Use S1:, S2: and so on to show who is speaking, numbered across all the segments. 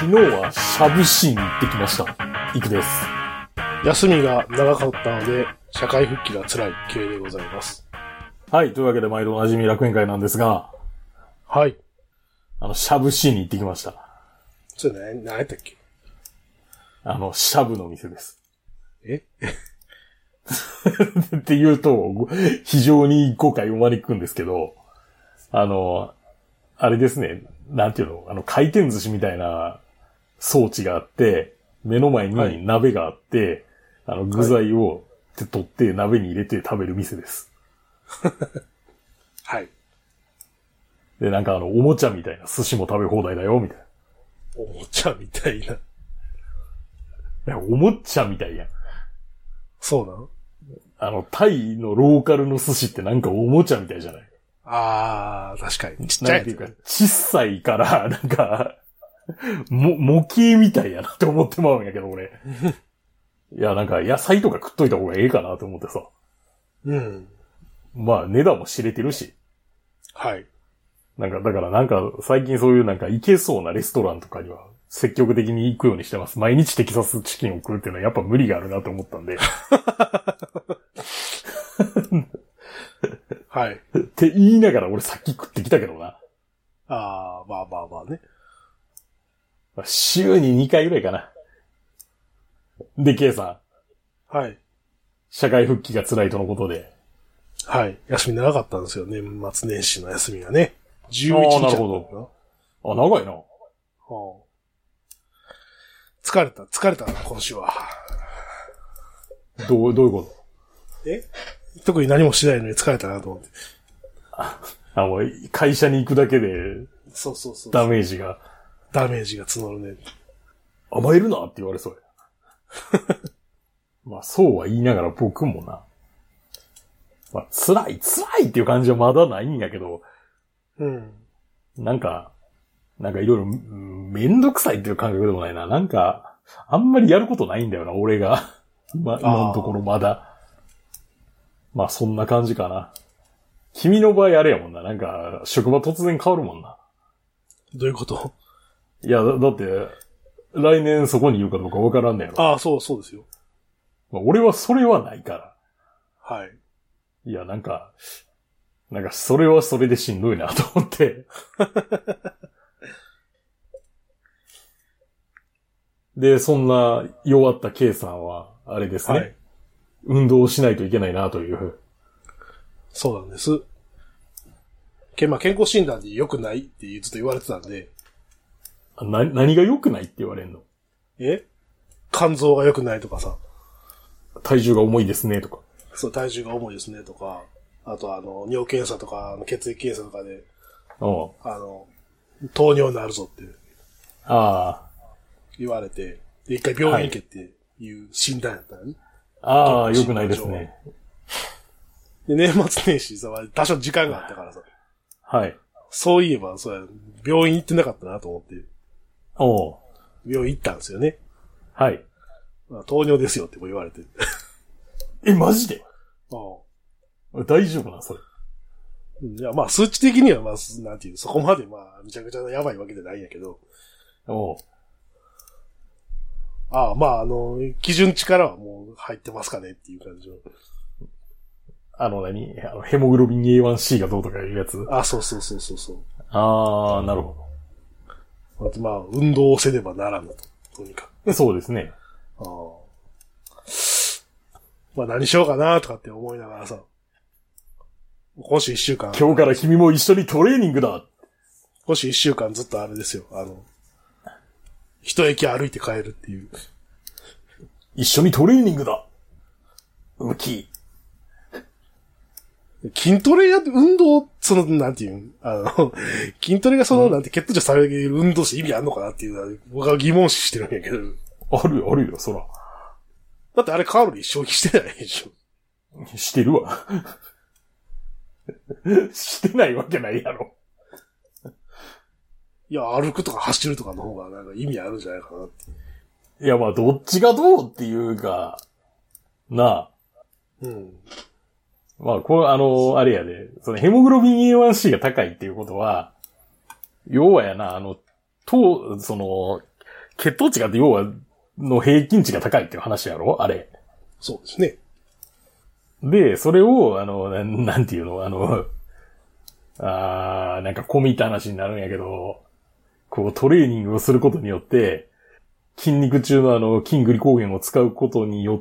S1: 昨日はしゃぶしに行ってきました。いくです。
S2: 休みが長かったので、社会復帰が辛い系でございます。
S1: はい。というわけで毎度おなじみ楽園会なんですが、
S2: はい。
S1: しゃぶしに行ってきました。
S2: それ何やったっけ？
S1: しゃぶの店です。
S2: え
S1: って言うと、非常に誤解を招くんですけど、あれですね、なんていうの、回転寿司みたいな装置があって、目の前に鍋があって、具材を取って鍋に入れて食べる店です。
S2: はい。
S1: で、なんかおもちゃみたいな寿司も食べ放題だよ、みたいな。
S2: おもちゃみたいな。
S1: いや、おもちゃみたいやん。
S2: そうなの？
S1: タイのローカルの寿司ってなんかおもちゃみたいじゃない？
S2: あー、確かに。ちっちゃいやつ。
S1: なんていうか、小さいから、なんか、模型みたいやなって思ってまうんやけど、俺。いや、なんか野菜とか食っといた方がええかなと思ってさ。
S2: うん。
S1: まあ、値段も知れてるし。
S2: はい。
S1: なんか、だからなんか、最近そういうなんか行けそうなレストランとかには積極的に行くようにしてます。毎日テキサスチキンを食うっていうのはやっぱ無理があるなと思ったんで。
S2: はい。
S1: って言いながら俺さっき食ってきたけどな。
S2: あー、まあね。
S1: 週に2回ぐらいかな。で、K さん。
S2: はい。
S1: 社会復帰が辛いとのことで。
S2: はい。休み長かったんですよ。年末年始の休みがね。11日
S1: ああ、なる
S2: だった
S1: ほど。あ、長いな。
S2: 疲れたな、今週は。
S1: どういうこ
S2: 特に何もしないのに疲れたなと思って。
S1: と？会社に行くだけで、
S2: そう。
S1: ダメージが
S2: 募るね。
S1: 甘えるなって言われそうや。まあ、そうは言いながら僕もな。まあ、辛いっていう感じはまだないんやけど、
S2: うん。
S1: なんかいろいろめんどくさいっていう感覚でもないな。なんか、あんまりやることないんだよな、俺が。今のところまだ。まあ、そんな感じかな。君の場合あれやもんな。なんか、職場突然変わるもんな。
S2: どういうこと？
S1: いや、だって、来年そこにいるかどうかわからんねやろ。
S2: ああ、そうですよ。
S1: まあ、俺はそれはないから。
S2: はい。
S1: いや、なんか、それはそれでしんどいなと思って。で、そんな弱った K さんは、あれですね。はい、運動をしないといけないなという。
S2: そうなんです。まあ、健康診断で良くないってずっと言われてたんで。
S1: 何が良くないって言われんの？
S2: 肝臓が良くないとかさ。
S1: 体重が重いですねとか。
S2: そう、体重が重いですねとか。あと尿検査とか、血液検査とかで。糖尿になるぞって。
S1: ああ。
S2: 言われて。で、一回病院行けっていう診断やったのね。
S1: ああ、良くないですね。
S2: で、年末年始さ、多少時間があったからさ。
S1: はい。
S2: そういえば、病院行ってなかったなと思って。病院行ったんですよね。
S1: はい。
S2: まあ、糖尿ですよっても言われて。
S1: マジで？大丈夫な、それ。
S2: いや、まあ、数値的には、まあ、なんていう、そこまで、まあ、めちゃくちゃやばいわけじゃないんやけど。まあ、基準値からはもう入ってますかねっていう感じの。
S1: ヘモグロビン A1C がどうとかいうやつ？
S2: そう。
S1: ああ、なるほ
S2: ど。あと、まあ、運動をせねばならぬとにか
S1: く。そうですね。
S2: まあ、何しようかなとかって思いながらさ。今週1週間。
S1: 今日から君も一緒にトレーニングだ。
S2: 今週1週間ずっとあれですよ。一駅歩いて帰るっていう。
S1: 一緒にトレーニングだ。ウキ。
S2: 筋トレやって、運動、なんていうん、筋トレがなんて血糖値下げる運動して意味あんのかなっていうのは、僕は疑問視してるんやけど。
S1: あるよ、そら。
S2: だってあれカロリー消費してないでし
S1: ょ。してるわ。してないわけないやろ。
S2: いや、歩くとか走るとかの方がなんか意味あるんじゃないかなって。
S1: いや、まあ、どっちがどうっていうか、なあ。
S2: うん。
S1: まあ、あれやで、ヘモグロビン A1C が高いっていうことは、要はやな、 血糖値が要は、の平均値が高いっていう話やろあれ。
S2: そうですね。
S1: で、それを、なんていうのなんか込み入った話になるんやけど、こうトレーニングをすることによって、筋肉中の筋グリコーゲンを使うことによって、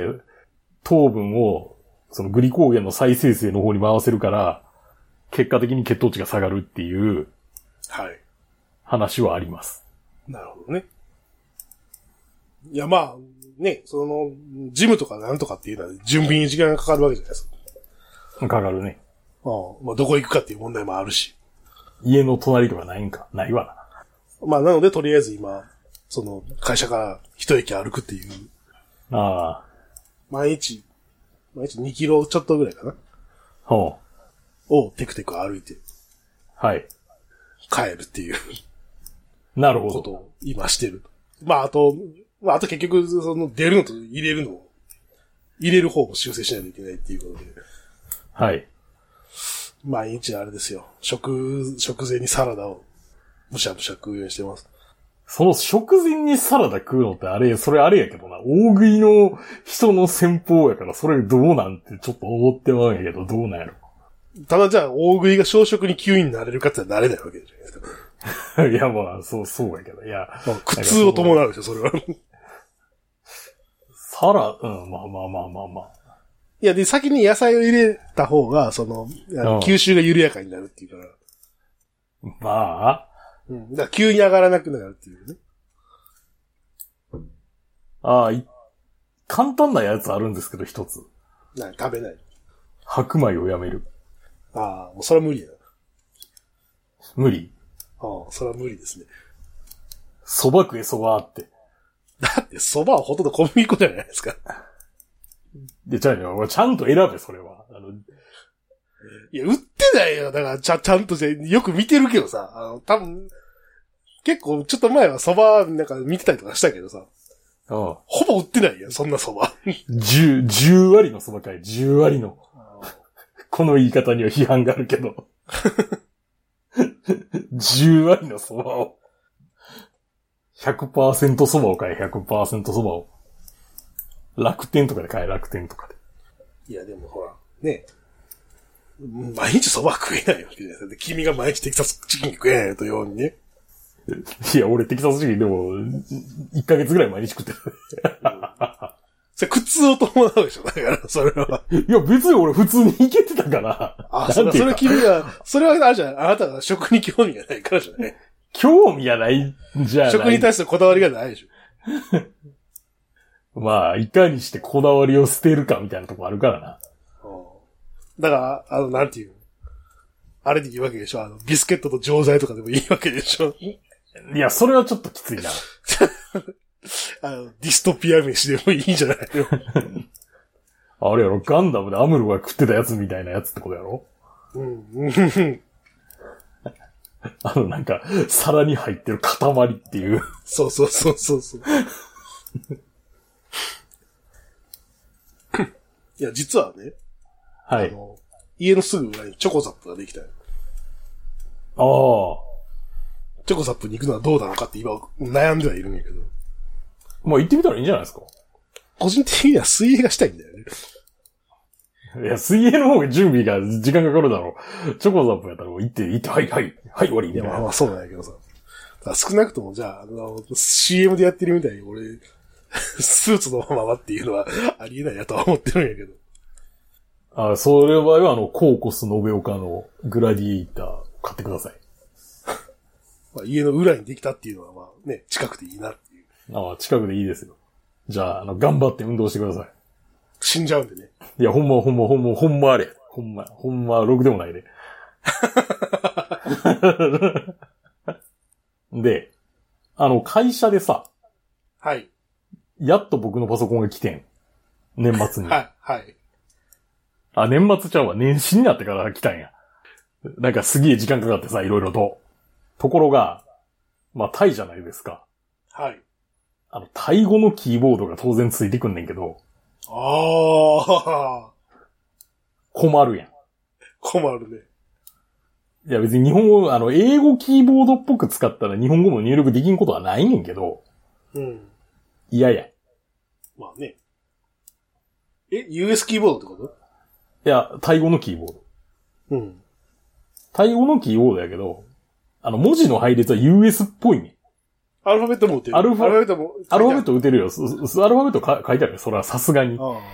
S1: 糖分を、そのグリコーゲンの再生成の方に回せるから、結果的に血糖値が下がるっていう、
S2: はい。
S1: 話はあります。
S2: なるほどね。いや、まあ、ね、ジムとかなんとかっていうのは準備に時間がかかるわけじゃないですか。
S1: かかるね。
S2: まあ、どこ行くかっていう問題もあるし。
S1: 家の隣とかないんかないわ
S2: な。まあ、なので、とりあえず今、会社から一駅歩くっていう。
S1: ああ。
S2: 毎日2キロちょっとぐらいかな。
S1: ほ
S2: う。をテクテク歩いて。
S1: はい。
S2: 帰るっていう。
S1: なるほど。
S2: ことを今してる。まあ、あと結局、出るのと入れるのを、入れる方も修正しないといけないっていうことで。
S1: はい。
S2: 毎日あれですよ。食前にサラダを、むしゃむしゃ食うようにしてます。
S1: その食前にサラダ食うのってそれあれやけどな。大食いの人の戦法やから、それどうなんてちょっと思ってまうんやけど、どうなんやろ。
S2: ただじゃあ、大食いが小食に急になれるかってなれないわけじゃないですか。
S1: いや、まあ、そうやけど。いや。
S2: まあ、苦痛を伴うでしょ、それは。
S1: まあ。
S2: いや、で、先に野菜を入れた方が、吸収が緩やかになるっていうから。
S1: まあ。
S2: うん。だから急に上がらなくなるっていうね。
S1: 簡単なやつあるんですけど、一つ。
S2: 食べない。
S1: 白米をやめる。
S2: もうそれは無理やな。
S1: 無理？
S2: それは無理ですね。
S1: 蕎麦食え蕎麦って。
S2: だって蕎麦はほとんど小麦粉じゃないですか。
S1: で、ちゃんと選べ、それは。
S2: いや、売ってないよ。だから、ちゃんとよく見てるけどさ、多分、結構、ちょっと前は蕎麦なんか見てたりとかしたけどさ、ほぼ売ってないよ、そんな蕎麦。
S1: 10割の蕎麦かい、10割の。この言い方には批判があるけど。10割の蕎麦を。100% 蕎麦を買え、100% 蕎麦を。楽天とかで買え、楽天とかで。
S2: いや、でもほら、ね。毎日蕎麦食えないわけじゃないですか。君が毎日テキサスチキン食えないとようにね。
S1: いや、俺テキサスチキンでも、1ヶ月ぐらい毎日食ってる。
S2: それ苦痛を伴うでしょ、だから、それは。
S1: いや、別に俺普通にいけてたから。
S2: それ君が、それはあるじゃん。あなたが食に興味がないからじゃない。
S1: 興味がないんじゃない。
S2: 食に対するこだわりがないでし
S1: ょ。まあ、いかにしてこだわりを捨てるかみたいなとこあるからな。
S2: だから、なんていう。あれでいいわけでしょ。ビスケットと錠剤とかでもいいわけでしょ。
S1: いや、それはちょっときついな。
S2: ディストピア飯でもいいんじゃないの
S1: あれやろ、ガンダムでアムロが食ってたやつみたいなやつってことやろ。なんか、皿に入ってる塊っていう。
S2: そう。いや、実はね。
S1: はい。
S2: 家のすぐ裏にチョコザップができたよ。チョコザップに行くのはどうなのかって今悩んではいるんやけど。
S1: まあ行ってみたらいいんじゃないですか。
S2: 個人的には水泳がしたいんだよね。
S1: いや、水泳の方が準備が時間かかるだろう。チョコザップやったら行って、はい、終わりみたいな。
S2: いや、まあそうなんやけどさ。少なくともじゃあ、CM でやってるみたいに俺、スーツのままっていうのはありえないなとは思ってるんやけど。
S1: それの場合はコーコス延岡のグラディエイターを買ってください。
S2: まあ、家の裏にできたっていうのはまあね、近くていいなっていう。
S1: 近くでいいですよ。じゃあ、頑張って運動してください。
S2: 死んじゃうんでね。
S1: いや、ほんまあれ。ほんま、ろくでもないで。で、会社でさ。
S2: はい。
S1: やっと僕のパソコンが来てん。年末に。
S2: はい。
S1: 年末ちゃうわ。年始になってから来たんや。なんかすげえ時間かかってさ、いろいろと。ところが、まあ、タイじゃないですか。
S2: はい。
S1: タイ語のキーボードが当然ついてくんねんけど。困るやん。
S2: 困るね。
S1: いや別に日本語、英語キーボードっぽく使ったら日本語も入力できんことはないねんけど。
S2: うん。
S1: 嫌や。
S2: まあね。US キーボードってこと？
S1: いや、タイ語のキーボード。
S2: うん。
S1: タイ語のキーボードやけど、文字の配列は US っぽいね。
S2: アルファベットも打てる。
S1: アルファベット打てるよ。アルファベット書いてあるよ。それはさすがに。
S2: ああ。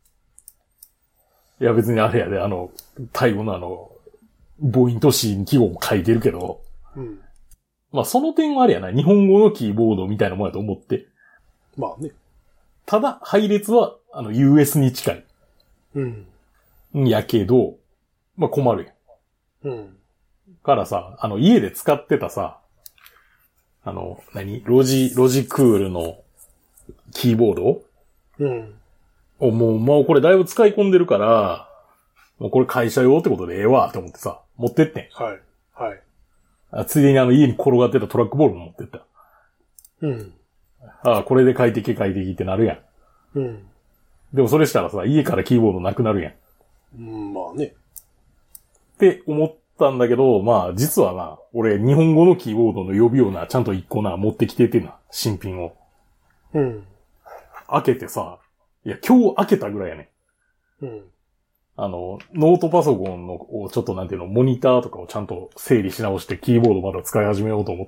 S1: いや別にあれやで、タイ語の母音と子音記号も書いてるけど。
S2: うん。
S1: まあその点はあれやな。日本語のキーボードみたいなもんやと思って。
S2: まあね。
S1: ただ、配列は、US に近い。
S2: うん。
S1: やけど、まあ困るやん。
S2: うん。
S1: からさ、家で使ってたさ、ロジクールのキーボード
S2: うん。
S1: もうこれだいぶ使い込んでるから、もうこれ会社用ってことでええわって思ってさ、持ってってん。
S2: はい。はい。
S1: ついでに家に転がってたトラックボールも持ってった。
S2: うん。
S1: これで快適ってなるやん。
S2: うん。
S1: でもそれしたらさ、家からキーボードなくなるやん。
S2: うん、まあね。
S1: って思ったんだけど、まあ実はな、俺日本語のキーボードの予備をな、ちゃんと一個な、持ってきててな、新品を。
S2: うん。
S1: 開けてさ、いや今日開けたぐらいやね。
S2: うん。
S1: ノートパソコンの、ちょっとなんていうの、モニターとかをちゃんと整理し直してキーボードまだ使い始めようと思って、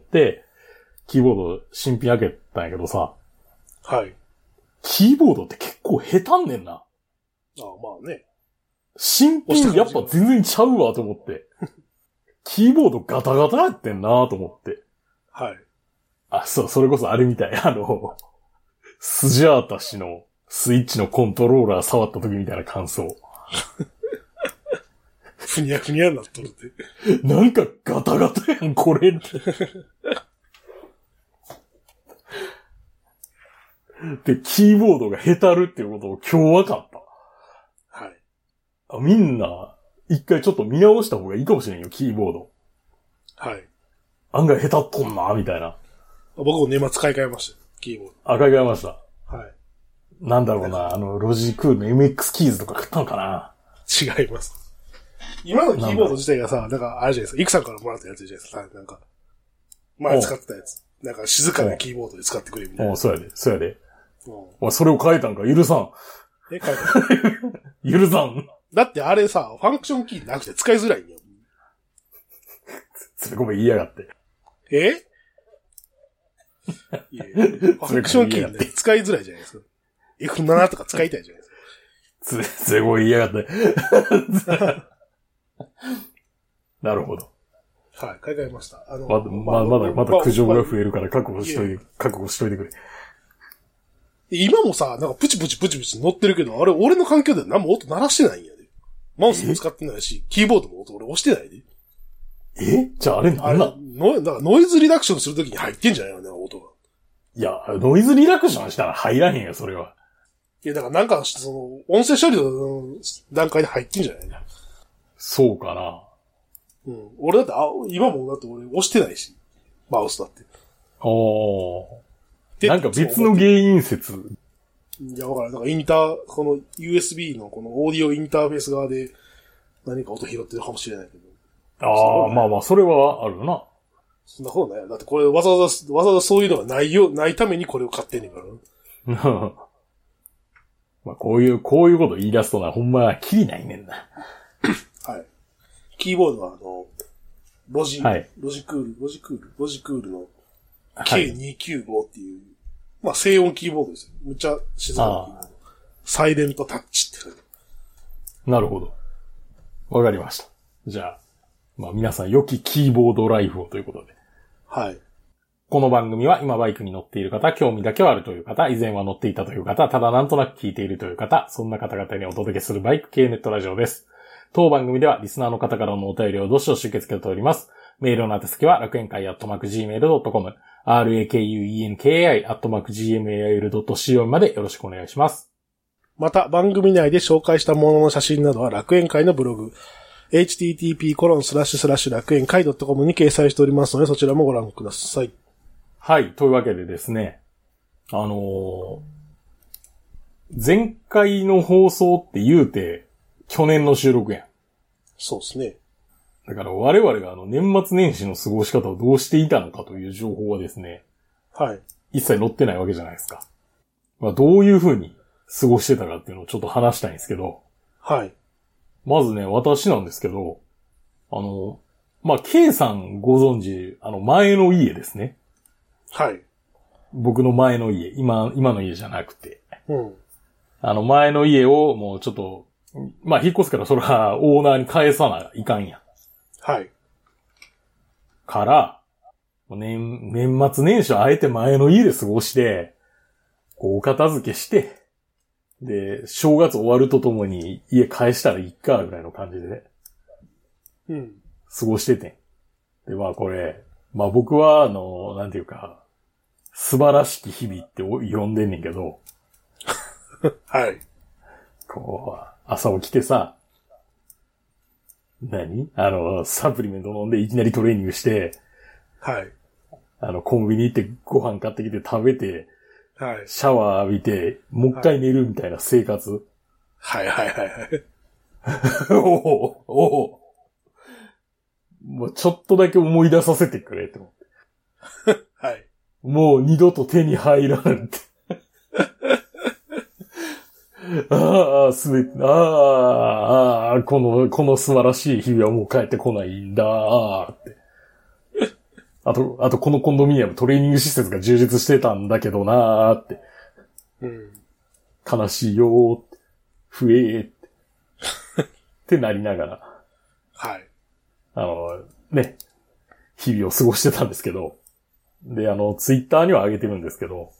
S1: キーボード新品開けたんやけどさ。
S2: はい。
S1: キーボードって結構下手んねんな。
S2: ああ、まあね。
S1: 新品やっぱ全然ちゃうわと思って。キーボードガタガタやってんなと思って。
S2: はい。
S1: それこそあれみたい。スジャータ氏のスイッチのコントローラー触った時みたいな感想。
S2: ふにゃふにゃになっとるって。
S1: なんかガタガタやん、これって。で、キーボードがへたるっていうことを今日分かった。
S2: はい。
S1: みんな、一回ちょっと見直した方がいいかもしれんよ、キーボード。
S2: はい。
S1: 案外へたっとんな、みたいな。
S2: 僕も年末買い替えました。キーボード。
S1: 買い替えました。
S2: はい。
S1: なんだろうな、ロジクールの MX キーズとか買ったのかな？
S2: 違います。今のキーボード自体がさ、なんかあれじゃないですか、イクさんからもらったやつじゃないですか、なんか。前使ってたやつ。なんか静かなキーボードで使ってくれみたいな。
S1: そうやで。それを変えたんか、許さん。
S2: 変えた
S1: 許さん。
S2: だってあれさ、ファンクションキーなくて使いづらいんよ。
S1: つべこべ言いやがって。
S2: いやファンクションキーって使いづらいじゃないですか。F7 とか使いたいじゃないですか。
S1: つべこべ言いやがって。なるほど。
S2: はい、買い替えました。
S1: まだ苦情が増えるから覚悟しといてくれ。
S2: 今もさ、なんかプチプチ乗ってるけど、あれ俺の環境で何も音鳴らしてないんやで。マウスも使ってないし、キーボードも音俺押してないで。
S1: じゃああれなんだ？
S2: だからノイズリダクションするときに入ってんじゃないのね、音が。
S1: いや、ノイズリダクションしたら入らへんよ、それは。
S2: いや、だからなんか、音声処理の段階で入ってんじゃないの？
S1: そうかな。
S2: うん。俺だって、今もだって俺押してないし。マウスだって。
S1: なんか別の原因説。
S2: いや、わからん。なんかこの USB のこのオーディオインターフェース側で何か音拾ってるかもしれないけど。
S1: まあ、それはあるな。
S2: そんなことない。だってこれわざわざそういうのがないためにこれを買ってんねんから。
S1: まあ、こういうこと言い出すとな、ほんまはキリないねんな。
S2: はい。キーボードはロジクールの K295 っていう、まあ、静音キーボードですよ。むっちゃ静かなキーボード。サイレントタッチって書いてある。
S1: なるほど。わかりました。じゃあ、まあ皆さん良きキーボードライフをということで。
S2: はい。
S1: この番組は今バイクに乗っている方、興味だけはあるという方、以前は乗っていたという方、ただなんとなく聞いているという方、そんな方々にお届けするバイク系ネットラジオです。当番組ではリスナーの方からのお便りをどしどし受け付けております。メールの宛先は楽園会@gmail.com、rakuenkai@gmail.com までよろしくお願いします。
S2: また、番組内で紹介したものの写真などは楽園会のブログ、http:// 楽園会 .com に掲載しておりますので、そちらもご覧ください。
S1: はい、というわけでですね、前回の放送って言うて、去年の収録やん。
S2: そうですね。
S1: だから我々が年末年始の過ごし方をどうしていたのかという情報はですね、
S2: はい。
S1: 一切載ってないわけじゃないですか。まあどういう風に過ごしてたかっていうのをちょっと話したいんですけど。
S2: はい。
S1: まずね、私なんですけど、まあ、K さんご存知、前の家ですね。
S2: はい。
S1: 僕の前の家、今の家じゃなくて。
S2: うん。
S1: 前の家をもうちょっと、まあ、引っ越すからそれはオーナーに返さないかんやん。
S2: はい。
S1: から、年末年始はあえて前の家で過ごして、こう、お片付けして、で、正月終わるとともに家返したらいいか、ぐらいの感じで、
S2: うん。
S1: 過ごしてて。で、まあこれ、まあ僕はなんていうか、素晴らしき日々って呼んでんねんけど、
S2: はい。
S1: こう、朝起きてさ、サプリメント飲んでいきなりトレーニングして、
S2: はい。
S1: コンビニ行ってご飯買ってきて食べて、
S2: はい。
S1: シャワー浴びて、もう一回寝るみたいな生活。
S2: はいはいはいはい。
S1: おおもうちょっとだけ思い出させてくれって思って。
S2: はい。
S1: もう二度と手に入らんって。すべて、この素晴らしい日々はもう帰ってこないんだって。あとこのコンドミニアムトレーニング施設が充実してたんだけどなーって。
S2: うん。
S1: 悲しいよーって。増えーって。ってなりながら。
S2: はい。
S1: ね。日々を過ごしてたんですけど。で、ツイッターには上げてるんですけど。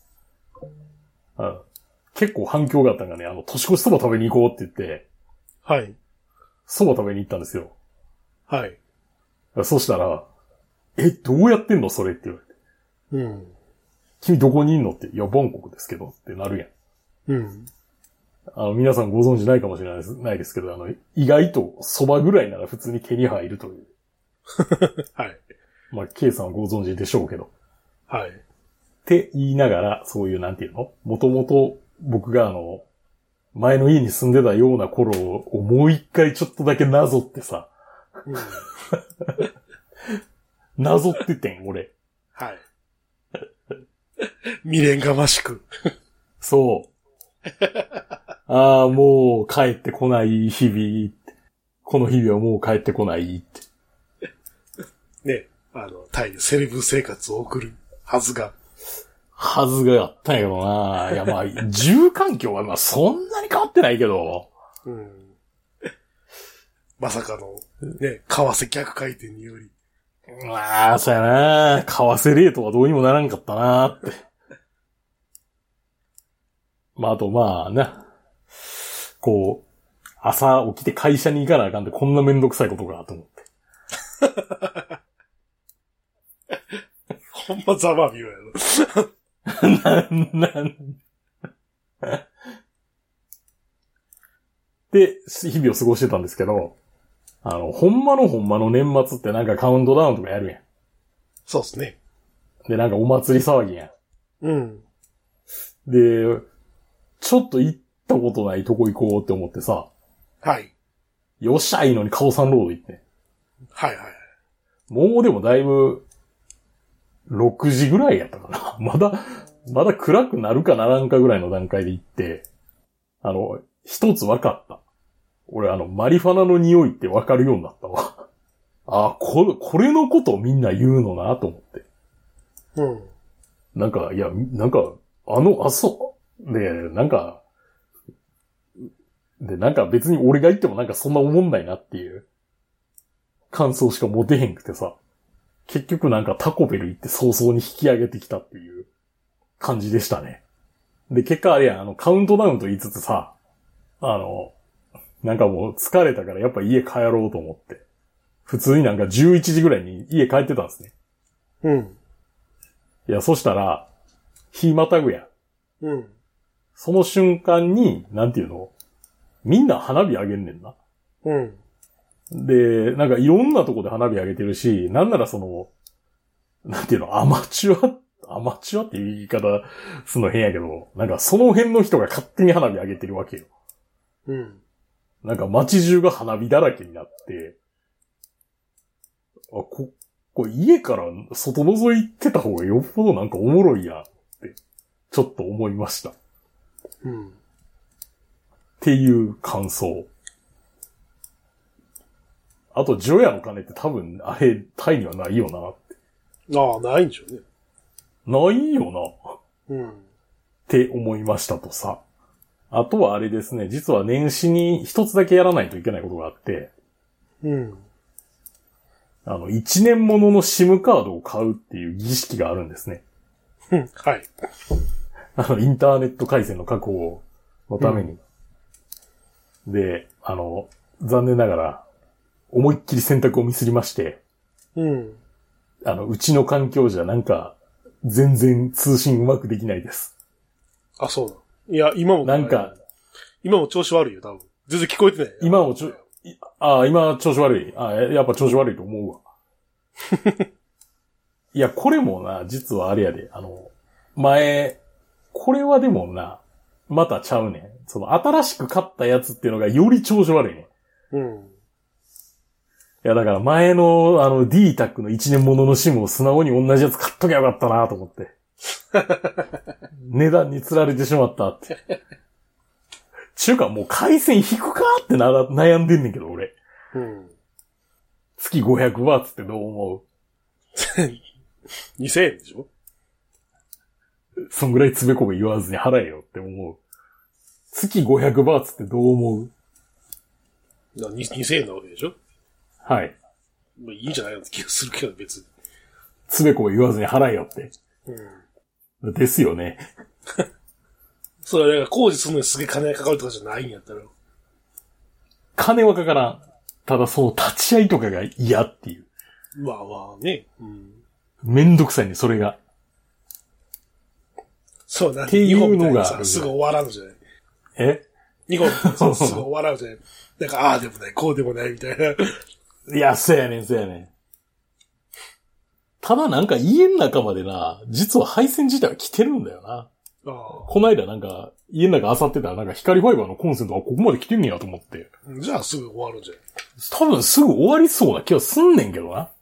S1: 結構反響があったんがね、年越しそば食べに行こうって言って。
S2: はい。
S1: そば食べに行ったんですよ。
S2: はい。
S1: そしたら、どうやってんのそれって言われて。
S2: うん。
S1: 君どこにいんのって、いや、バンコクですけどってなるやん。
S2: うん。
S1: 皆さんご存知ないかもしれないですけど、意外と蕎麦ぐらいなら普通に手に入るという。
S2: はい。
S1: まあ、K さんはご存知でしょうけど。
S2: はい。
S1: って言いながら、そういうなんていうの？もともと僕が前の家に住んでたような頃をもう一回ちょっとだけなぞってさ。
S2: うん、
S1: なぞっててん、俺。
S2: はい。未練がましく。
S1: そう。もう帰ってこない日々。この日々はもう帰ってこないって。
S2: ね、タイでセレブ生活を送るはずが
S1: やったんやけどな。いや、まあ、住環境はまあそんなに変わってないけど。
S2: うん。まさかの、ね、為替逆回転により。
S1: まあ、そうやな。為替レートはどうにもならんかったなって。まあ、あとまあな。こう、朝起きて会社に行かなあかんってこんなめんどくさいことかと思って。
S2: ほんまざまみろや
S1: ろ。で、日々を過ごしてたんですけど、ほんまの年末ってなんかカウントダウンとかやるやん。
S2: そうっすね。
S1: で、なんかお祭り騒ぎや
S2: ん。うん。
S1: で、ちょっと行ったことないとこ行こうって思ってさ。
S2: はい。
S1: よっしゃいいのにカオサンロード行って。
S2: はいはい。
S1: もうでもだいぶ、6時ぐらいやったかな。まだ暗くなるかならんかぐらいの段階で行って、一つ分かった。俺マリファナの匂いって分かるようになったわ。これのことをみんな言うのなと思って。
S2: うん。
S1: なんか、なんか別に俺が言ってもなんかそんな思んないなっていう感想しか持てへんくてさ。結局なんかタコベル行って早々に引き上げてきたっていう感じでしたね。で、結果あれやカウントダウンと言いつつさ、なんかもう疲れたからやっぱ家帰ろうと思って。普通になんか11時ぐらいに家帰ってたんですね。
S2: うん。
S1: いや、そしたら、日またぐや。
S2: うん。
S1: その瞬間に、なんていうの？みんな花火あげんねんな。
S2: うん。
S1: で、なんかいろんなとこで花火あげてるし、なんならなんていうの、アマチュアっていう言い方すんの変やけど、なんかその辺の人が勝手に花火あげてるわけよ。
S2: うん。
S1: なんか街中が花火だらけになって、これ家から外覗いてた方がよっぽどなんかおもろいやんってちょっと思いました。
S2: うん。
S1: っていう感想。あと、除夜の鐘って多分、あれ、タイにはないよなって。
S2: ああ、ないんでしょうね。
S1: ないよな。
S2: うん。
S1: って思いましたとさ。あとはあれですね、実は年始に一つだけやらないといけないことがあって、
S2: うん。
S1: 1年ものの SIM カードを買うっていう儀式があるんですね。
S2: うん。はい。
S1: インターネット回線の確保のために。で、残念ながら、思いっきり選択をミスりまして、
S2: うん。
S1: うちの環境じゃなんか、全然通信うまくできないです。
S2: あ、そうなの。いや、今も。
S1: なんか、
S2: 今も調子悪いよ、多分。全然聞こえてない。
S1: 今調子悪い。やっぱ調子悪いと思うわ。いや、これもな、実はあれやで、前、これはでもな、またちゃうねん。新しく買ったやつっていうのがより調子悪いねん。
S2: うん。
S1: いや、だから前のDTAC の1年ものの SIM を素直に同じやつ買っときゃよかったなと思って。値段に釣られてしまったって。ちゅうかもう回線引くかって悩んでんねんけど、俺。
S2: うん。
S1: 月500バーツってどう思う
S2: 2000円でしょ？
S1: そんぐらいつべこべ言わずに払えよって思う。月500バーツってどう思う
S2: ？2000円なわけでしょ？
S1: はい。
S2: まあいいんじゃないのって気がするけど、別に。
S1: つべこべ言わずに払えよって。
S2: うん。
S1: ですよね。
S2: それは、だから工事するのにすげえ金がかかるとかじゃないんやったら。
S1: 金はかからん。ただその立ち会いとかが嫌っていう。
S2: まあまあね。うん。
S1: めんどくさいね、それが。
S2: そうだね。
S1: っていうのが
S2: すぐ終わらんじゃない。
S1: え
S2: 日本すぐ終わらんじゃない。なんか、ああでもない、こうでもないみたいな。
S1: いや、そうやねん。ただなんか家の中までな、実は配線自体は来てるんだよな。こないだなんか、家の中漁ってたらなんか光ファイバーのコンセントがここまで来てんねやと思って。
S2: じゃあすぐ終わるんじゃない。
S1: 多分すぐ終わりそうな気はすんねんけどな。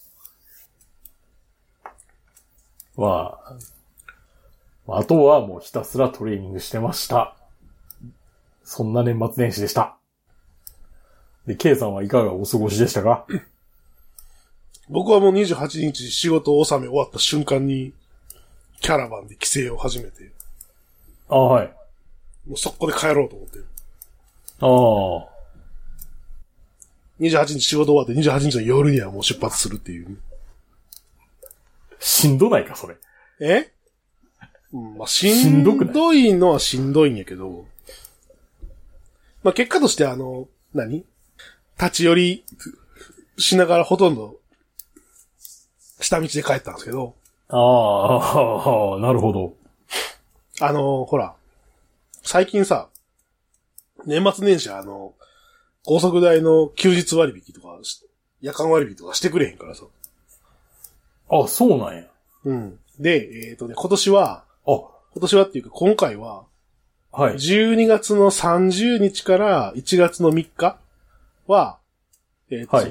S1: まあ、あとはもうひたすらトレーニングしてました。そんな年末年始でした。で、K さんはいかがお過ごしでしたか？
S2: 僕はもう28日仕事納め終わった瞬間に、キャラバンで帰省を始めて。
S1: はい。
S2: もう速攻で帰ろうと思ってる。28日仕事終わって28日の夜にはもう出発するっていう。
S1: しんどないか、それ。
S2: まあ、しんどいのはしんどいんやけど、まあ結果として立ち寄りしながらほとんど下道で帰ったんですけど。
S1: なるほど。
S2: ほら、最近さ、年末年始高速代の休日割引とか、夜間割引とかしてくれへんからさ。
S1: そうなんや。
S2: うん。で、今年はっていうか今回は、
S1: はい。
S2: 12月の30日から1月の3日は、
S1: はい、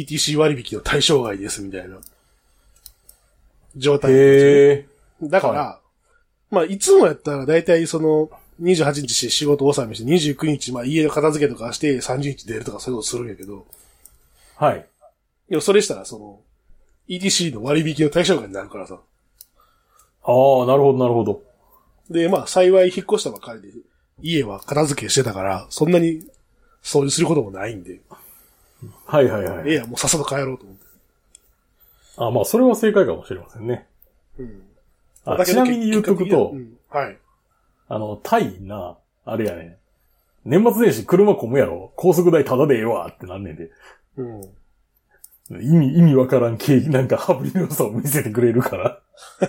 S2: ETC 割引の対象外ですみたいな状態
S1: で
S2: だから、まあ、いつもやったらだいたい28日仕事納めして29日、まあ、家の片付けとかして30日出るとかそういうことするんやけど。
S1: はい。
S2: いや、それしたらETC の割引の対象外になるからさ。
S1: なるほど。
S2: で、まあ、幸い引っ越したばかりで、家は片付けしてたから、そんなに掃除することもないんで。
S1: はい。
S2: もうさっさと帰ろうと思って。
S1: まあ、それは正解かもしれませんね。
S2: うん。
S1: ちなみに言うとくと、
S2: はい。
S1: タイな、あれやね、年末年始車混むやろ、高速代タダでええわってなんねんで。
S2: うん。
S1: 意味わからんなんか羽振りの良さを見せてくれるから。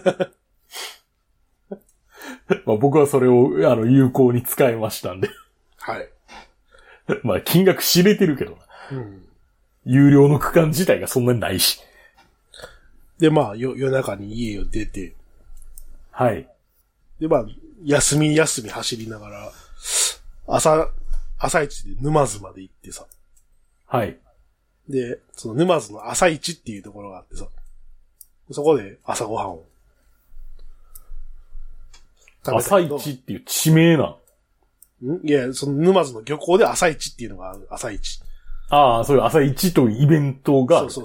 S1: まあ僕はそれを、有効に使いましたんで。
S2: はい。
S1: まあ金額知れてるけどな。
S2: うん。
S1: 有料の区間自体がそんなにないし。
S2: で、まあ、夜中に家を出て。
S1: はい。
S2: で、まあ、休み走りながら、朝一で沼津まで行ってさ。
S1: はい。
S2: で、その沼津の朝市っていうところがあってさ。そこで朝ごはんを
S1: 朝市っていう地名なん
S2: いや、その沼津の漁港で朝市っていうのがある。朝市。
S1: ああ、そういう朝市というイベントがある、
S2: そう。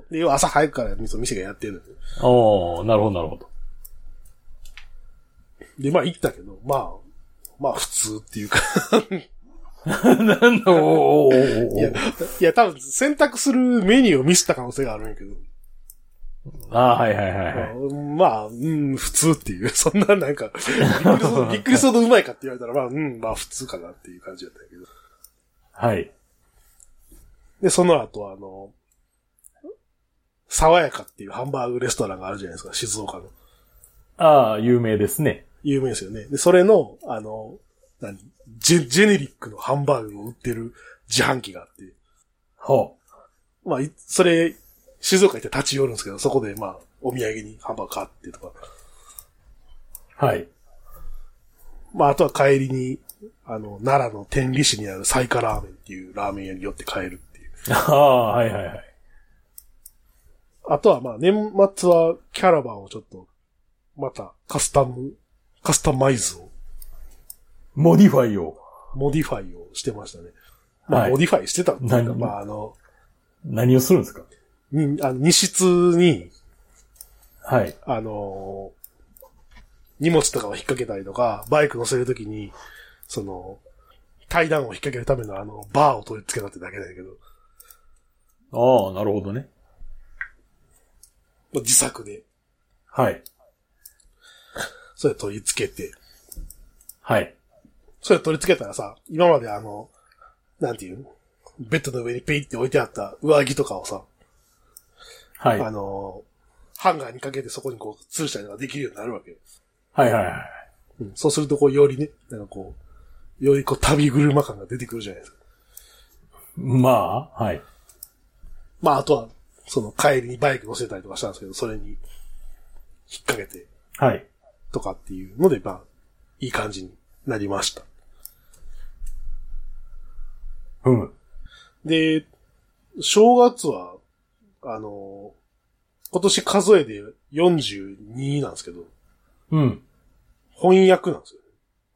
S2: で、要は朝早くから店がやってるのよ。
S1: ああ、なるほど。
S2: で、まあ行ったけど、まあ普通っていうか
S1: なんだ、
S2: いや、多分選択するメニューをミスった可能性があるんやけど。
S1: ああ、はい。
S2: まあ、普通っていう。そんななんか、びっくりするほどうまいかって言われたら、まあ普通かなっていう感じだったんやけど。
S1: はい。
S2: で、その後爽やかっていうハンバーグレストランがあるじゃないですか、静岡の。
S1: ああ、有名ですね。
S2: 有名ですよね。で、それの、ジェネリックのハンバーグを売ってる自販機があって。
S1: は
S2: あ。まあ、それ、静岡行って立ち寄るんですけど、そこでまあ、お土産にハンバーグ買ってとか。
S1: はい。
S2: まあ、あとは帰りに、奈良の天理市にある彩華ラーメンっていうラーメン屋に寄って帰るっていう。
S1: ああ、はい。
S2: あとはまあ、年末はキャラバンをちょっと、またカスタマイズを。
S1: モディファイを
S2: してましたね。まあ、はい、モディファイしてたっていうか、まあ
S1: 何をするんですか？
S2: 荷室に、
S1: はい。
S2: 荷物とかを引っ掛けたりとか、バイク乗せるときに、対談を引っ掛けるためのバーを取り付けたってだけだけど。
S1: ああ、なるほどね。
S2: 自作で。
S1: はい。
S2: それ取り付けて。
S1: はい。
S2: それ取り付けたらさ、今までなんていうベッドの上にペイって置いてあった上着とかをさ、
S1: はい。
S2: ハンガーにかけてそこにこう、吊るしたりとかできるようになるわけよ。
S1: はい。
S2: そうするとこう、よりね、より旅車感が出てくるじゃないですか。
S1: まあ、はい。
S2: まあ、あとは、帰りにバイク乗せたりとかしたんですけど、それに、引っ掛けて、
S1: はい。
S2: とかっていうので、まあ、いい感じになりました。
S1: うん。
S2: で、正月は、今年数えで42なんですけど、
S1: うん。
S2: 翻訳なんですよ。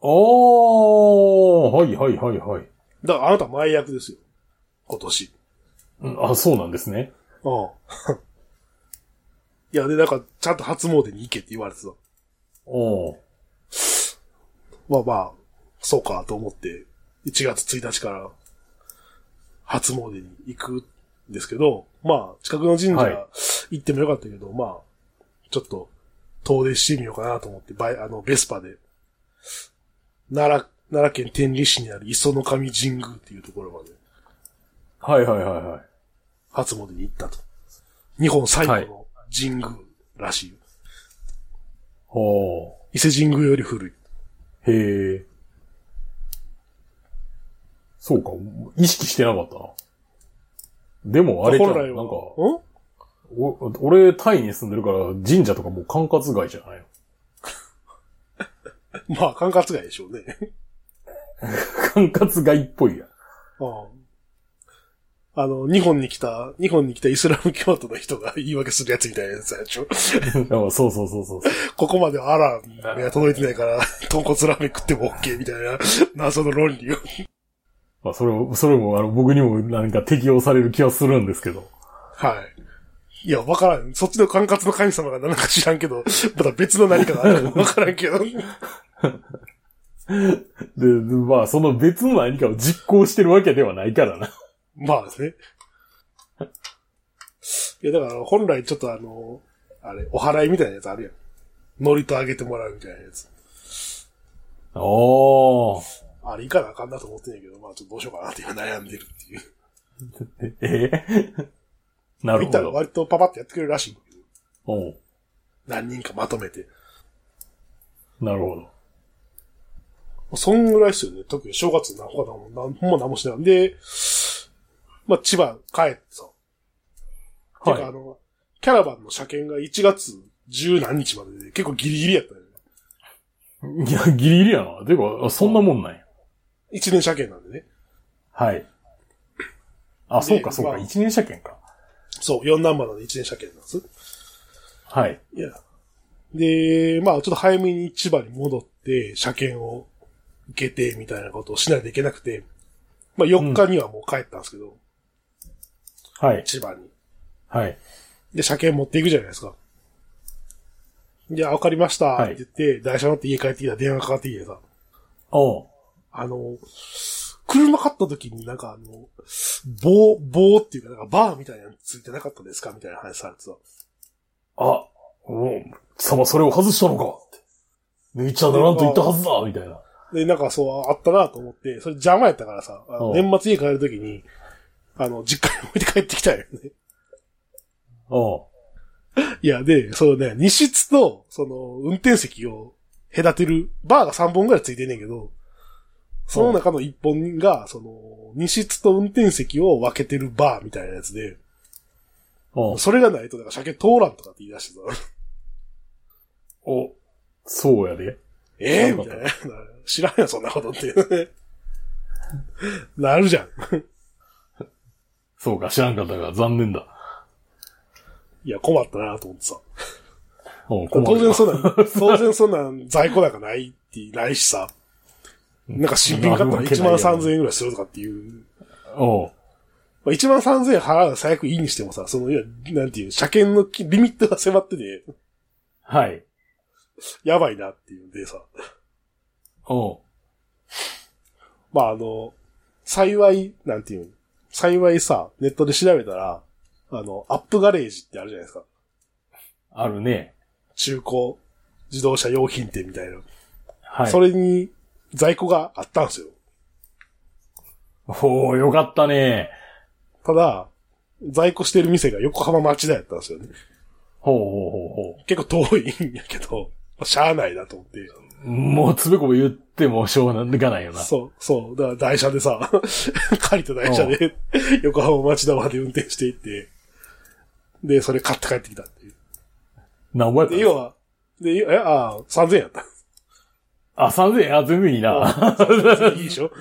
S1: はい。
S2: だからあなた前役ですよ。今年。
S1: あ、そうなんですね。
S2: ああ。いや、で、なんか、ちゃんと初詣に行けって言われてた。まあ、そうかと思って、1月1日から初詣に行くんですけど、まあ、近くの神社行ってもよかったけど、まあ、ちょっと遠出してみようかなと思って、ベスパで、奈良県天理市にある磯の神神宮っていうところまで、
S1: はい。
S2: 初詣に行ったと。日本最古の神宮らしい。伊勢神宮より古い。
S1: へえ。そうか、意識してなかったな。でもあれじゃん、なんか、俺タイに住んでるから神社とかもう管轄外じゃない
S2: のまあ、管轄外でしょうね。
S1: 管轄外っぽいや。
S2: 日本に来たイスラム教徒の人が言い訳するやつみたいなやつでしょ。
S1: そう。
S2: ここまでアラーが届いてないから、豚骨ラーメン食っても OK みたいな謎の論理を。
S1: まあ、それも僕にもなんか適用される気はするんですけど。
S2: はい。いや、わからん。そっちの管轄の神様が何か知らんけど、また別の何かがあるかわからんけど。
S1: で、まあ、その別の何かを実行してるわけではないからな。
S2: まあね。いや、だから本来ちょっとお祓いみたいなやつあるやん。海苔とあげてもらうみたいなやつ。あれいかなあかんなと思ってんやけど、まあちょっとどうしようかなって今悩んでるっていう。
S1: なるほど。
S2: 見たら割とパパってやってくれるらしいんだけ
S1: ど。
S2: 何人かまとめて。
S1: なるほど。
S2: そんぐらいっすよね。特に正月なんかほんま何もしてないんで、まあ、千葉帰ってさ。はい。てかキャラバンの車検が1月10何日までで結構ギリギリやったよ
S1: ね。いや、ギリギリやな。てか、そんなもんなんや。
S2: 1年車検なんでね。
S1: はい。あ、そうか、1年車検か。
S2: そう、4ナンバーの1年車検なんです。
S1: はい。
S2: いや、 で、まあちょっと早めに千葉に戻って、車検を受けて、みたいなことをしないといけなくて、まあ4日にはもう帰ったんですけど、
S1: はい。
S2: 千葉に。
S1: はい。
S2: で、車検持っていくじゃないですか。で、わかりました、って言って、台車乗って家帰ってきたら電話かかってきてさ。
S1: おう。
S2: 車買った時になんか棒っていうか、なんかバーみたいなのついてなかったですかみたいな話されてさ。
S1: あ、様それを外したのかって。抜いちゃならんと言ったはずだみたいな。
S2: で、なんかそう、あったなと思って、それ邪魔やったからさ、年末家帰る時に、実家に置いて帰ってきたんよね。いや、で、そうね、荷室と、運転席を隔てる、バーが3本ぐらいついてんねんけど、その中の1本が、荷室と運転席を分けてるバーみたいなやつで、それがないと、だから車検通らんとかって言い出してさ。
S1: そうやで。
S2: みたいな。知らんよ、そんなことって。なるじゃん。
S1: そうか、知らんかったから残念だ。
S2: いや、困ったなと思ってさ。
S1: 当
S2: 然そんなん在庫なんかないしさ。なんか新品買ったら13,000円ぐらいするとかっていう。13,000円払うの最悪いいにしてもさ、なんていう、車検のリミットが迫ってて。
S1: はい。
S2: やばいなっていうんでさ。まあ幸いさ、ネットで調べたら、アップガレージってあるじゃないですか。
S1: あるね。
S2: 中古自動車用品店みたいな。
S1: はい。
S2: それに在庫があったんですよ。
S1: よかったね。
S2: ただ、在庫してる店が横浜町田やったんですよね。結構遠いんやけど、しゃあないなと思って。
S1: もうつべこべ言ってもしょうがないよな。
S2: そう。だから台車でさ、借りた台車で横浜町田まで運転していって、で、それ買って帰ってきたっていう。
S1: 何ぼやったの
S2: ?3000 円やった。
S1: 3000円全然いいな。
S2: いいでしょ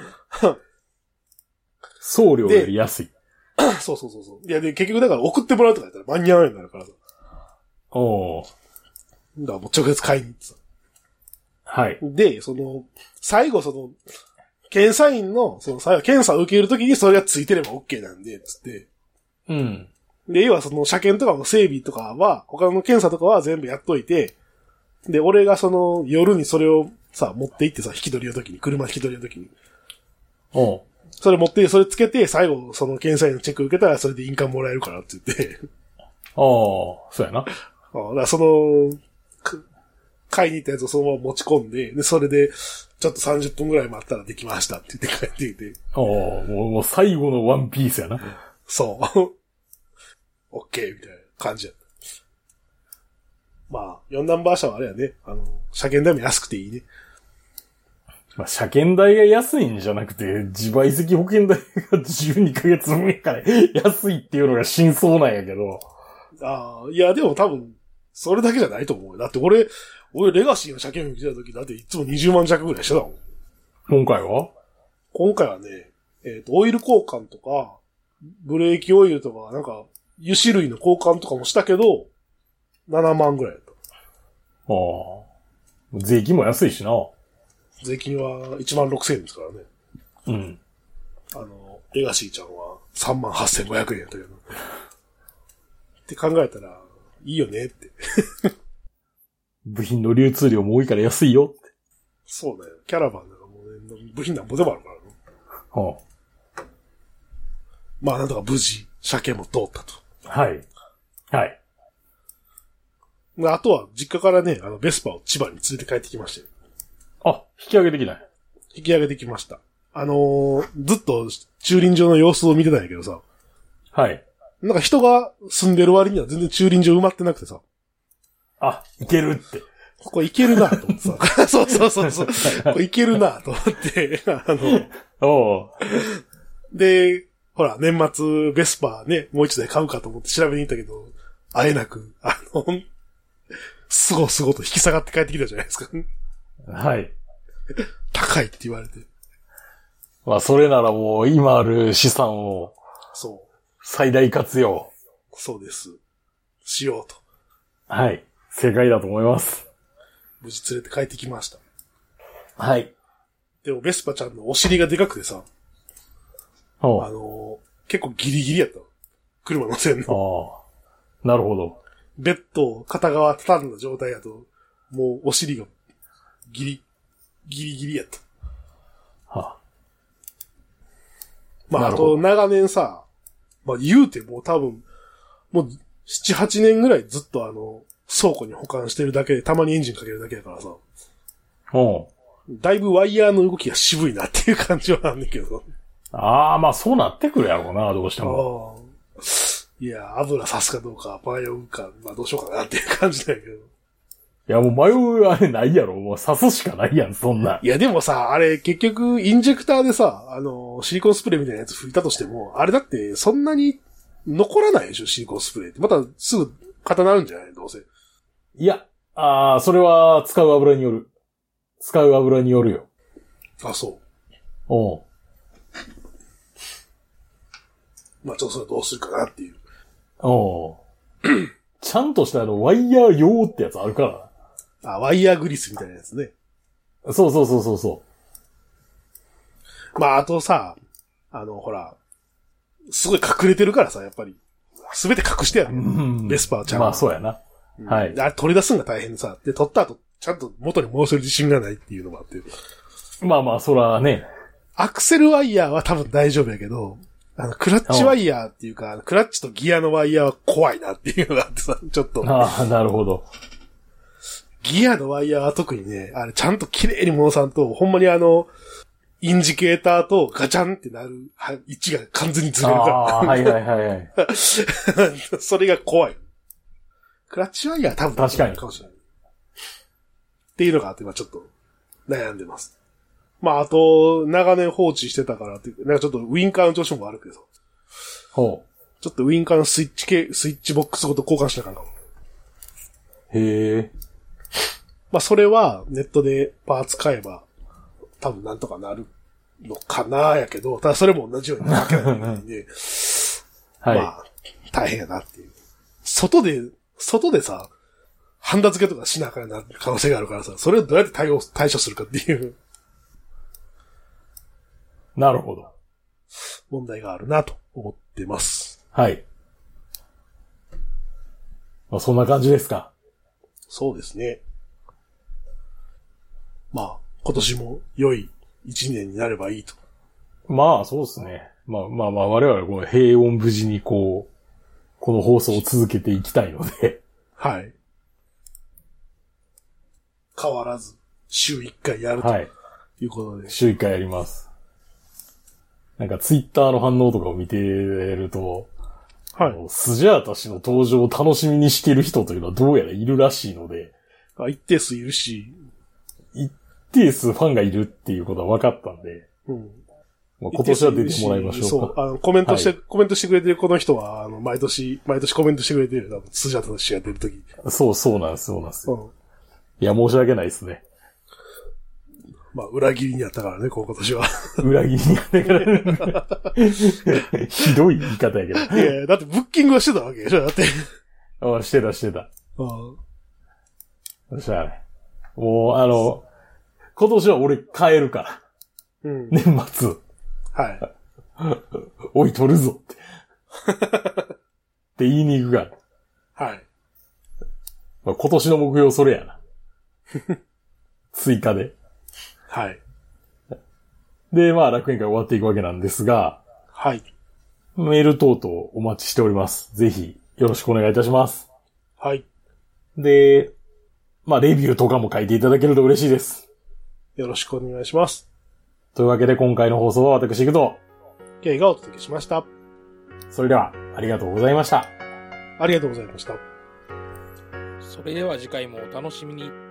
S1: 送料より安い。
S2: そう。いや、で、結局だから送ってもらうとかやったら間に合わないんだからさ。だからもう直接買いに行ってさ。
S1: はい。
S2: で、最後検査員の、検査を受けるときにそれがついてれば OK なんで、つって。
S1: うん。
S2: で、要は車検とかの整備とかは、他の検査とかは全部やっといて、で、俺が夜にそれをさ、持って行ってさ、車引き取りの時に。それ持って、それつけて、最後、検査員のチェック受けたら、それで印鑑もらえるからって言って。
S1: そうやな。
S2: だから買いに行ったやつをそのまま持ち込んで、で、それで、ちょっと30分ぐらい待ったらできましたって言って帰ってきて。
S1: もう最後のワンピースやな。
S2: そう。オッケーみたいな感じやった。まあ、4ナンバー車はあれやね、車検代も安くていいね。
S1: まあ、車検代が安いんじゃなくて、自賠責保険代が12ヶ月分やから安いっていうのが真相なんやけど。
S2: いや、でも多分、それだけじゃないと思うよ。だって俺レガシーの車検費来た時だっていつも20万弱ぐらいしてたもん。
S1: 今回は
S2: ね、オイル交換とか、ブレーキオイルとか、なんか、油脂類の交換とかもしたけど、7万ぐらいだった。
S1: 税金も安いしな。
S2: 税金は16,000円ですからね。
S1: うん。
S2: レガシーちゃんは38,500円やったけど。って考えたら、いいよねって。
S1: 部品の流通量も多いから安いよって。
S2: そうだよ。キャラバンなんかもうね、部品なんぼでもあるからね。まあなんとか無事、車検も通ったと。
S1: はい。
S2: あとは、実家からね、ベスパを千葉に連れて帰ってきましたよ。
S1: 引き上げてきない？
S2: 引き上げてきました。ずっと駐輪場の様子を見てたんやけどさ。
S1: はい。
S2: なんか人が住んでる割には全然駐輪場埋まってなくてさ。
S1: いけるって。
S2: ここいけるなと思ってさ。そう。これいけるなと思って、で、ほら、年末ベスパね、もう一台買うかと思って調べに行ったけど、会えなく、すごと引き下がって帰ってきたじゃないですか。
S1: はい。
S2: 高いって言われて。
S1: まあ、それならもう今ある資産を、
S2: そう。
S1: 最大活用。
S2: そうです。しようと。
S1: はい。 正解だと思います。
S2: 無事連れて帰ってきました。
S1: はい。
S2: でもベスパちゃんのお尻がでかくてさ、結構ギリギリやった。車乗せんの。
S1: ああ。なるほど。
S2: ベッドを片側畳んだ状態やと、もうお尻がギリギリやった。
S1: はあ、
S2: まあ、あと長年さ、まあ言うてもう多分、もう7、8年ぐらいずっと倉庫に保管してるだけで、たまにエンジンかけるだけだからさ。だいぶワイヤーの動きが渋いなっていう感じはあんねんけど。
S1: ああ、まあそうなってくるやろうな、どうしても。
S2: いや、油刺すかどうか、迷うか、まあどうしようかなっていう感じだけど。
S1: いや、もう迷うあれないやろ。もう刺すしかないやん、そんな。
S2: いや、でもさ、あれ結局、インジェクターでさ、シリコンスプレーみたいなやつ吹いたとしても、あれだってそんなに残らないでしょ、シリコンスプレーって。またすぐ固なるんじゃないどうせ。
S1: いや、それは使う油による。使う油によるよ。
S2: あ、そう。
S1: おう。
S2: まあちょっとそれどうするかなっていう。
S1: おう。ちゃんとしたワイヤー用ってやつあるから
S2: な。ワイヤーグリスみたいなやつね。
S1: そう。
S2: まああとさ、ほら、すごい隠れてるからさ、やっぱり。すべて隠してやる、ベスパーちゃんは。
S1: まあそうやな。はい。
S2: あれ取り出すのが大変でさ。で、取った後、ちゃんと元に戻せる自信がないっていうのもあって。
S1: まあまあ、そらね。
S2: アクセルワイヤーは多分大丈夫やけど、クラッチワイヤーっていうか、クラッチとギアのワイヤーは怖いなっていうのがあってさ、ちょっと。
S1: ああ、なるほど。
S2: ギアのワイヤーは特にね、あれちゃんと綺麗に戻さんと、ほんまにインジケーターとガチャンってなる位置が完全にずれるから。
S1: ああ、はい。
S2: それが怖い。クラッチワイヤーは多分
S1: 確かに
S2: かもしれない。っていうのがあって、今ちょっと悩んでます。まあ、あと、長年放置してたからっていう、なんかちょっとウインカーの調子も悪くてさ。
S1: ほう。
S2: ちょっとウインカーのスイッチボックスごと交換しなあかんかも。
S1: へえ。
S2: まあ、それはネットでパーツ買えば、多分なんとかなるのかなやけど、ただそれも同じようになきゃいけないんで、
S1: はい。
S2: まあ、大変やなっていう。外でさ、ハンダ付けとかしなあかんな可能性があるからさ、それをどうやって対処するかっていう
S1: なるほど。
S2: 問題があるなと思ってます。
S1: はい。まあ、そんな感じですか。
S2: そうですね。まあ、今年も良い一年になればいいと。
S1: まあ、そうですね。まあ、我々はこの平穏無事にこの放送を続けていきたいので。
S2: はい。変わらず、週1回やると、はい、いうことで。
S1: 週1回やります。なんかツイッターの反応とかを見てると、はい。スジャータ氏の登場を楽しみにしている人というのはどうやらいるらしいので。
S2: 一定数いるし。
S1: 一定数ファンがいるっていうことは分かったんで。うん。まあ、今年は出てもらいましょうか。
S2: そう、コメントしてくれてるこの人は、毎年コメントしてくれてる、多分、スジャータ氏が出るとき。
S1: そうなんです。うん。いや、申し訳ないですね。
S2: まあ、裏切りにあったからね、今年は。
S1: 裏切りにあったから。ひどい言い方やけど。
S2: いや、だってブッキングはしてたわけでしょ、だって。
S1: してた。そしたらね。もう、今年は俺帰るから。うん。年末。
S2: はい。
S1: おい、取るぞって。って言いに行くから。
S2: はい。
S1: まあ、今年の目標それやな。追加で。
S2: はい。
S1: で、まあ、楽園会終わっていくわけなんですが。
S2: はい。
S1: メール等々お待ちしております。ぜひ、よろしくお願いいたします。
S2: はい。
S1: で、まあ、レビューとかも書いていただけると嬉しいです。
S2: よろしくお願いします。
S1: というわけで、今回の放送は私、行くと、
S2: ケイがお届けしました。
S1: それでは、ありがとうございました。
S2: ありがとうございました。
S3: それでは次回もお楽しみに。